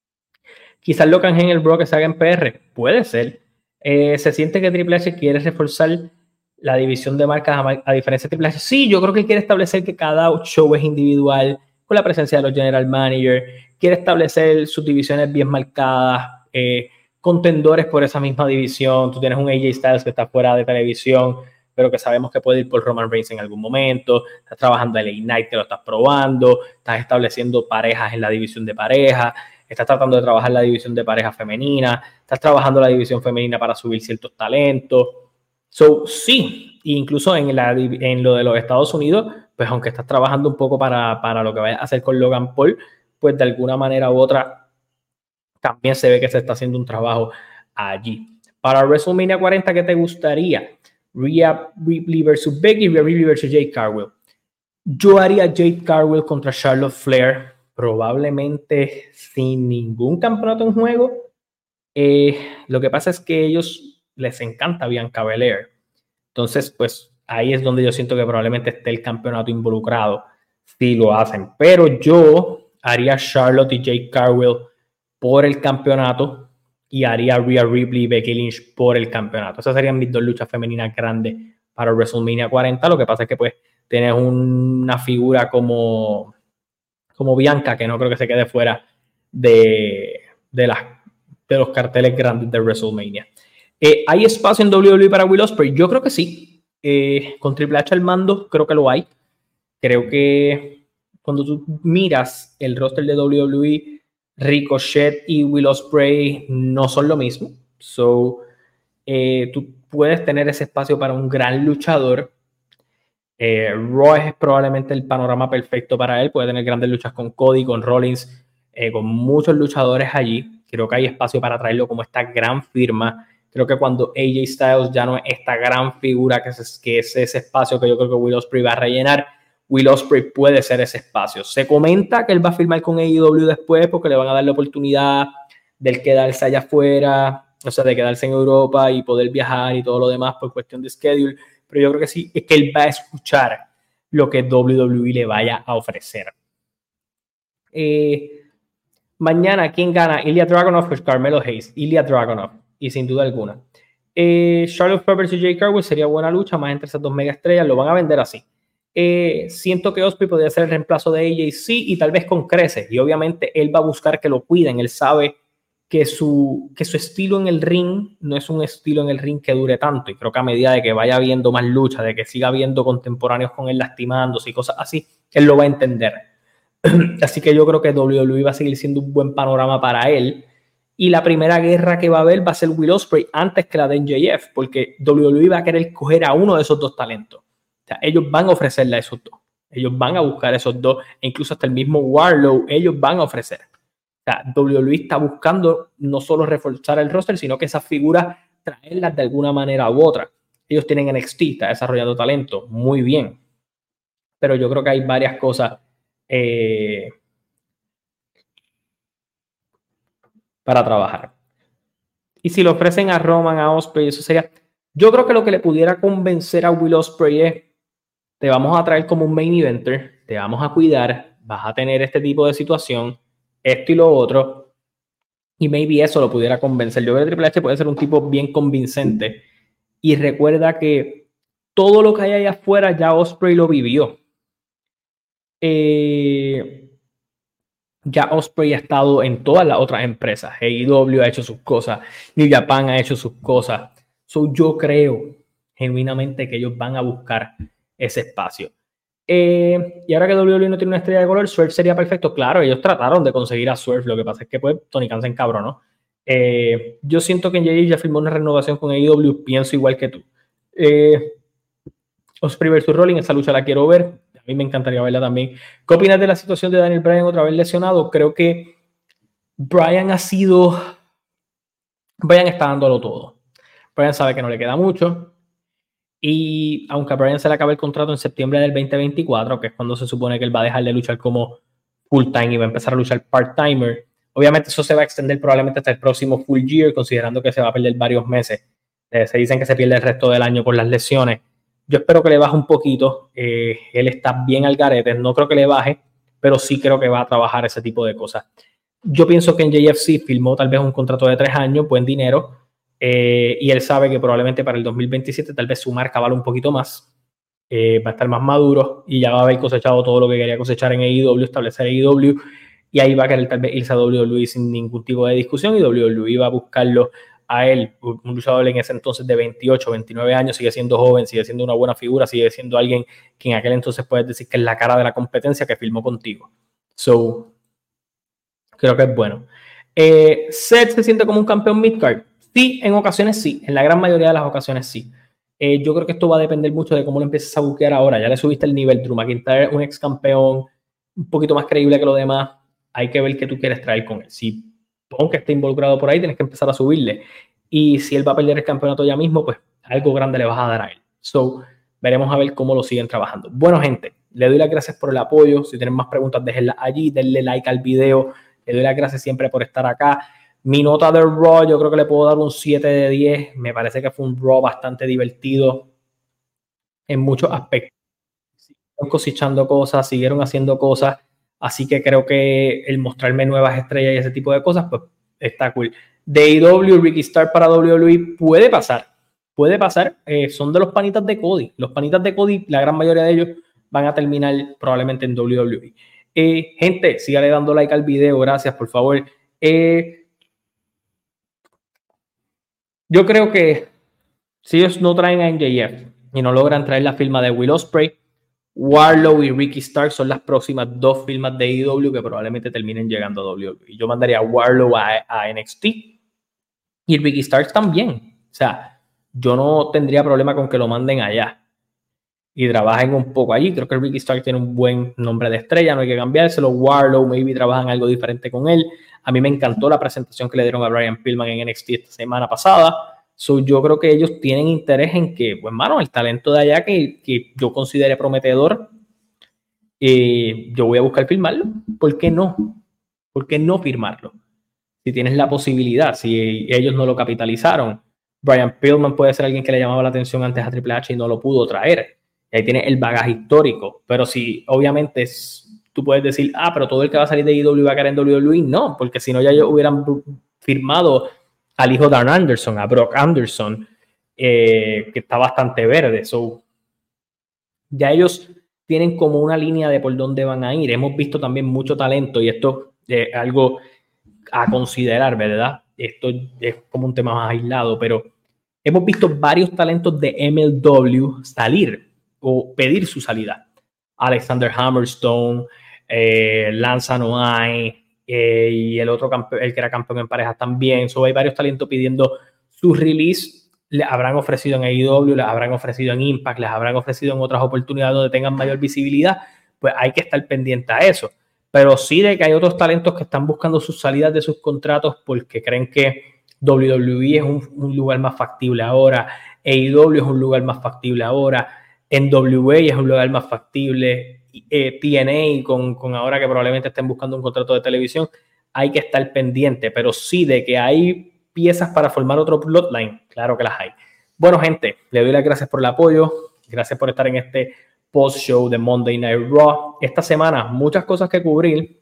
quizás lo canjeen el Bro que se haga en P R, puede ser. Eh, se siente que Triple H quiere reforzar la división de marcas a, a diferencia de Triple H. Sí, yo creo que quiere establecer que cada show es individual, con la presencia de los general managers, quiere establecer sus divisiones bien marcadas, eh, contendores por esa misma división. Tú tienes un A J Styles que está fuera de televisión, pero que sabemos que puede ir por Roman Reigns en algún momento. Estás trabajando en L A Knight, que lo estás probando, estás estableciendo parejas en la división de pareja, estás tratando de trabajar la división de pareja femenina, estás trabajando la división femenina para subir ciertos talentos. So, sí, incluso en, la, en lo de los Estados Unidos, pues aunque estás trabajando un poco para, para lo que vayas a hacer con Logan Paul, pues de alguna manera u otra también se ve que se está haciendo un trabajo allí. Para WrestleMania cuarenta, ¿qué te gustaría? Rhea Ripley versus Becky, Rhea Ripley versus Jade Cargill. Yo haría Jade Cargill contra Charlotte Flair, probablemente sin ningún campeonato en juego. Eh, lo que pasa es que a ellos les encanta Bianca Belair. Entonces, pues ahí es donde yo siento que probablemente esté el campeonato involucrado, si lo hacen. Pero yo haría Charlotte y Jade Cargill por el campeonato y haría Rhea Ripley y Becky Lynch por el campeonato. Esas serían mis dos luchas femeninas grandes para WrestleMania cuarenta. Lo que pasa es que pues tienes una figura como, como Bianca, que no creo que se quede fuera de, de, las, de los carteles grandes de WrestleMania. Eh, ¿Hay espacio en W W E para Will Ospreay? Yo creo que sí. Eh, con Triple H al mando, creo que lo hay. Creo que cuando tú miras el roster de W W E, Ricochet y Will Ospreay no son lo mismo. So, eh, tú puedes tener ese espacio para un gran luchador. Eh, Raw es probablemente el panorama perfecto para él. Puede tener grandes luchas con Cody, con Rollins, eh, con muchos luchadores allí. Creo que hay espacio para traerlo como esta gran firma. Creo que cuando A J Styles ya no es esta gran figura, que es, que es ese espacio que yo creo que Will Ospreay va a rellenar, Will Ospreay puede ser ese espacio. Se comenta que él va a firmar con A E W después porque le van a dar la oportunidad de quedarse allá afuera, o sea, de quedarse en Europa y poder viajar y todo lo demás por cuestión de schedule. Pero yo creo que sí, es que él va a escuchar lo que W W E le vaya a ofrecer. Eh, mañana, ¿quién gana? Ilya Dragunov o Carmelo Hayes. Ilya Dragunov, y sin duda alguna. Eh, Charlotte Flair versus Jade Cargill sería buena lucha, más entre esas dos mega estrellas, lo van a vender así. Eh, siento que Ospreay podría ser el reemplazo de A J C y tal vez con creces, y obviamente él va a buscar que lo cuiden. Él sabe que su, que su estilo en el ring no es un estilo en el ring que dure tanto, y creo que a medida de que vaya viendo más lucha, de que siga viendo contemporáneos con él lastimándose y cosas así, él lo va a entender. Así que yo creo que W W E va a seguir siendo un buen panorama para él, y la primera guerra que va a haber va a ser Will Ospreay antes que la de M J F, porque W W E va a querer coger a uno de esos dos talentos. O sea, ellos van a ofrecerle a esos dos. Ellos van a buscar esos dos, e incluso hasta el mismo Wardlow, ellos van a ofrecer. O sea, W W E está buscando no solo reforzar el roster, sino que esas figuras traerlas de alguna manera u otra. Ellos tienen N X T, está desarrollando talento, muy bien. Pero yo creo que hay varias cosas eh, para trabajar. Y si le ofrecen a Roman, a Ospreay, eso sería... Yo creo que lo que le pudiera convencer a Will Ospreay es: te vamos a traer como un main eventer, te vamos a cuidar, vas a tener este tipo de situación, esto y lo otro, y maybe eso lo pudiera convencer. Yo creo que Triple H puede ser un tipo bien convincente, y recuerda que todo lo que hay allá afuera ya Ospreay lo vivió. Eh, ya Ospreay ha estado en todas las otras empresas. A E W ha hecho sus cosas, New Japan ha hecho sus cosas. So, yo creo genuinamente que ellos van a buscar ese espacio. Eh, y ahora que W W E no tiene una estrella de color, Swerve sería perfecto. Claro, ellos trataron de conseguir a Swerve, lo que pasa es que pues Tony Khan se encabronó, ¿no? Eh, yo siento que N J ya firmó una renovación con A E W, pienso igual que tú. Eh, Ospreay versus Rollins, esa lucha la quiero ver, a mí me encantaría verla también. ¿Qué opinas de la situación de Daniel Bryan otra vez lesionado? Creo que Bryan ha sido... Bryan está dándolo todo. Bryan sabe que no le queda mucho. Y aunque a Bryan se le acabe el contrato en septiembre del veinte veinticuatro, que es cuando se supone que él va a dejar de luchar como full time y va a empezar a luchar part-timer, obviamente eso se va a extender probablemente hasta el próximo full year, considerando que se va a perder varios meses. Eh, se dicen que se pierde el resto del año por las lesiones. Yo espero que le baje un poquito. Eh, él está bien al garete. No creo que le baje, pero sí creo que va a trabajar ese tipo de cosas. Yo pienso que en J F C firmó tal vez un contrato de tres años, buen dinero. Eh, y él sabe que probablemente para el dos mil veintisiete tal vez su marca vale un poquito más, eh, va a estar más maduro y ya va a haber cosechado todo lo que quería cosechar en A E W, establecer A E W, y ahí va a querer tal vez irse a W W E sin ningún tipo de discusión, y W W E va a buscarlo a él, un luchador en ese entonces de veintiocho, veintinueve años, sigue siendo joven, sigue siendo una buena figura, sigue siendo alguien que en aquel entonces puedes decir que es la cara de la competencia, que firmó contigo. So, creo que es bueno. Eh, Seth se siente como un campeón midcard. Sí, en ocasiones sí, en la gran mayoría de las ocasiones sí. Eh, yo creo que esto va a depender mucho de cómo lo empieces a buquear ahora. Ya le subiste el nivel. Drew McIntyre, un ex campeón, un poquito más creíble que lo demás. Hay que ver qué tú quieres traer con él. Si Punk está involucrado por ahí, tienes que empezar a subirle. Y si él va a perder el campeonato ya mismo, pues algo grande le vas a dar a él. So, veremos a ver cómo lo siguen trabajando. Bueno, gente, le doy las gracias por el apoyo. Si tienen más preguntas, déjenlas allí. Denle like al video. Le doy las gracias siempre por estar acá. Mi nota de Raw, yo creo que le puedo dar un siete de diez. Me parece que fue un Raw bastante divertido en muchos aspectos. Siguieron cosechando cosas, siguieron haciendo cosas. Así que creo que el mostrarme nuevas estrellas y ese tipo de cosas, pues está cool. De A E W, Ricky Starr para W W E puede pasar. Puede pasar. Eh, son de los panitas de Cody. Los panitas de Cody, la gran mayoría de ellos van a terminar probablemente en W W E. Eh, gente, sígale dando like al video. Gracias, por favor. Eh, Yo creo que si ellos no traen a M J F y no logran traer la firma de Will Ospreay, Wardlow y Ricky Stark son las próximas dos firmas de A E W que probablemente terminen llegando a W W E. Yo mandaría a Wardlow a, a N X T y Ricky Stark también. O sea, yo no tendría problema con que lo manden allá y trabajen un poco allí. Creo que Ricky Stark tiene un buen nombre de estrella, no hay que cambiárselo. Wardlow, maybe trabajan algo diferente con él. A mí me encantó la presentación que le dieron a Brian Pillman en N X T esta semana pasada. So, yo creo que ellos tienen interés en que, pues, mano, el talento de allá que, que yo considere prometedor, eh, yo voy a buscar firmarlo. ¿Por qué no? ¿Por qué no firmarlo? Si tienes la posibilidad, si ellos no lo capitalizaron. Brian Pillman puede ser alguien que le llamaba la atención antes a Triple H y no lo pudo traer. Y ahí tiene el bagaje histórico. Pero si, obviamente, es, tú puedes decir, ah, pero todo el que va a salir de A E W va a caer en W W E. No, porque si no, ya ellos hubieran firmado al hijo de Arn Anderson, a Brock Anderson, eh, que está bastante verde. So, ya ellos tienen como una línea de por dónde van a ir. Hemos visto también mucho talento y esto es algo a considerar, ¿verdad? Esto es como un tema más aislado, pero hemos visto varios talentos de M L W salir o pedir su salida. Alexander Hammerstone, eh, Lance Anoa'i, eh, y el otro campeón, el que era campeón en parejas también. So, hay varios talentos pidiendo su release. Les habrán ofrecido en A E W, les habrán ofrecido en Impact, les habrán ofrecido en otras oportunidades donde tengan mayor visibilidad, pues hay que estar pendiente a eso. Pero sí de que hay otros talentos que están buscando sus salidas de sus contratos porque creen que W W E es un, un lugar más factible ahora, A E W es un lugar más factible ahora, N W A es un lugar más factible, eh, T N A con, con ahora que probablemente estén buscando un contrato de televisión, hay que estar pendiente, pero sí de que hay piezas para formar otro plotline, claro que las hay. Bueno, gente, le doy las gracias por el apoyo, gracias por estar en este post-show de Monday Night Raw. Esta semana, muchas cosas que cubrir.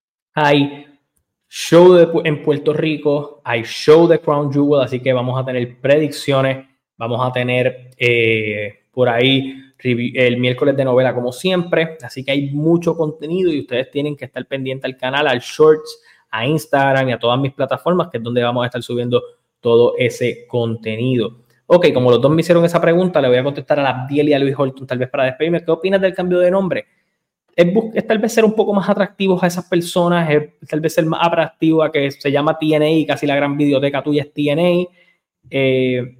Hay show de, en Puerto Rico, hay show de Crown Jewel, así que vamos a tener predicciones, vamos a tener eh, por ahí el miércoles de novela como siempre, así que hay mucho contenido y ustedes tienen que estar pendientes al canal, al Shorts, a Instagram y a todas mis plataformas, que es donde vamos a estar subiendo todo ese contenido. Ok, como los dos me hicieron esa pregunta, le voy a contestar a la Abdiel y a Luis Holton, tal vez para despedirme. ¿Qué opinas del cambio de nombre? Es, es tal vez ser un poco más atractivos a esas personas, es tal vez ser más atractivo a que se llama T N A y casi la gran videoteca tuya es T N A. Eh,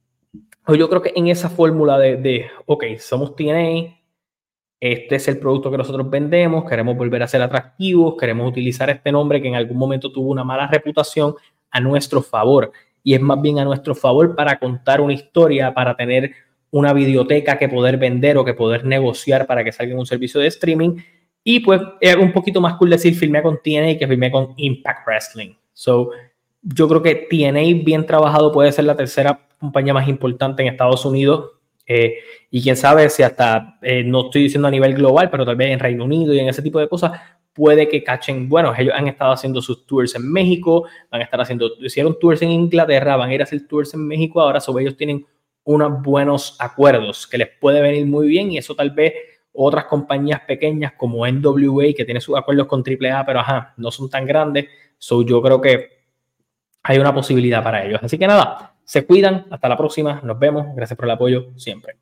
yo creo que en esa fórmula de, de, ok, somos T N A, este es el producto que nosotros vendemos, queremos volver a ser atractivos, queremos utilizar este nombre que en algún momento tuvo una mala reputación a nuestro favor. Y es más bien a nuestro favor para contar una historia, para tener una videoteca que poder vender o que poder negociar para que salga en un servicio de streaming. Y pues es un poquito más cool decir filmé con T N A que filmé con Impact Wrestling. So, yo creo que T N A bien trabajado puede ser la tercera compañía más importante en Estados Unidos. Eh, y quién sabe si hasta, eh, no estoy diciendo a nivel global, pero tal vez en Reino Unido y en ese tipo de cosas, puede que cachen. Bueno, ellos han estado haciendo sus tours en México, van a estar haciendo, hicieron tours en Inglaterra, van a ir a hacer tours en México ahora, sobre ellos tienen unos buenos acuerdos que les puede venir muy bien y eso tal vez otras compañías pequeñas como N W A que tiene sus acuerdos con triple A, pero ajá, no son tan grandes, so yo creo que hay una posibilidad para ellos. Así que nada, se cuidan, hasta la próxima, nos vemos, gracias por el apoyo siempre.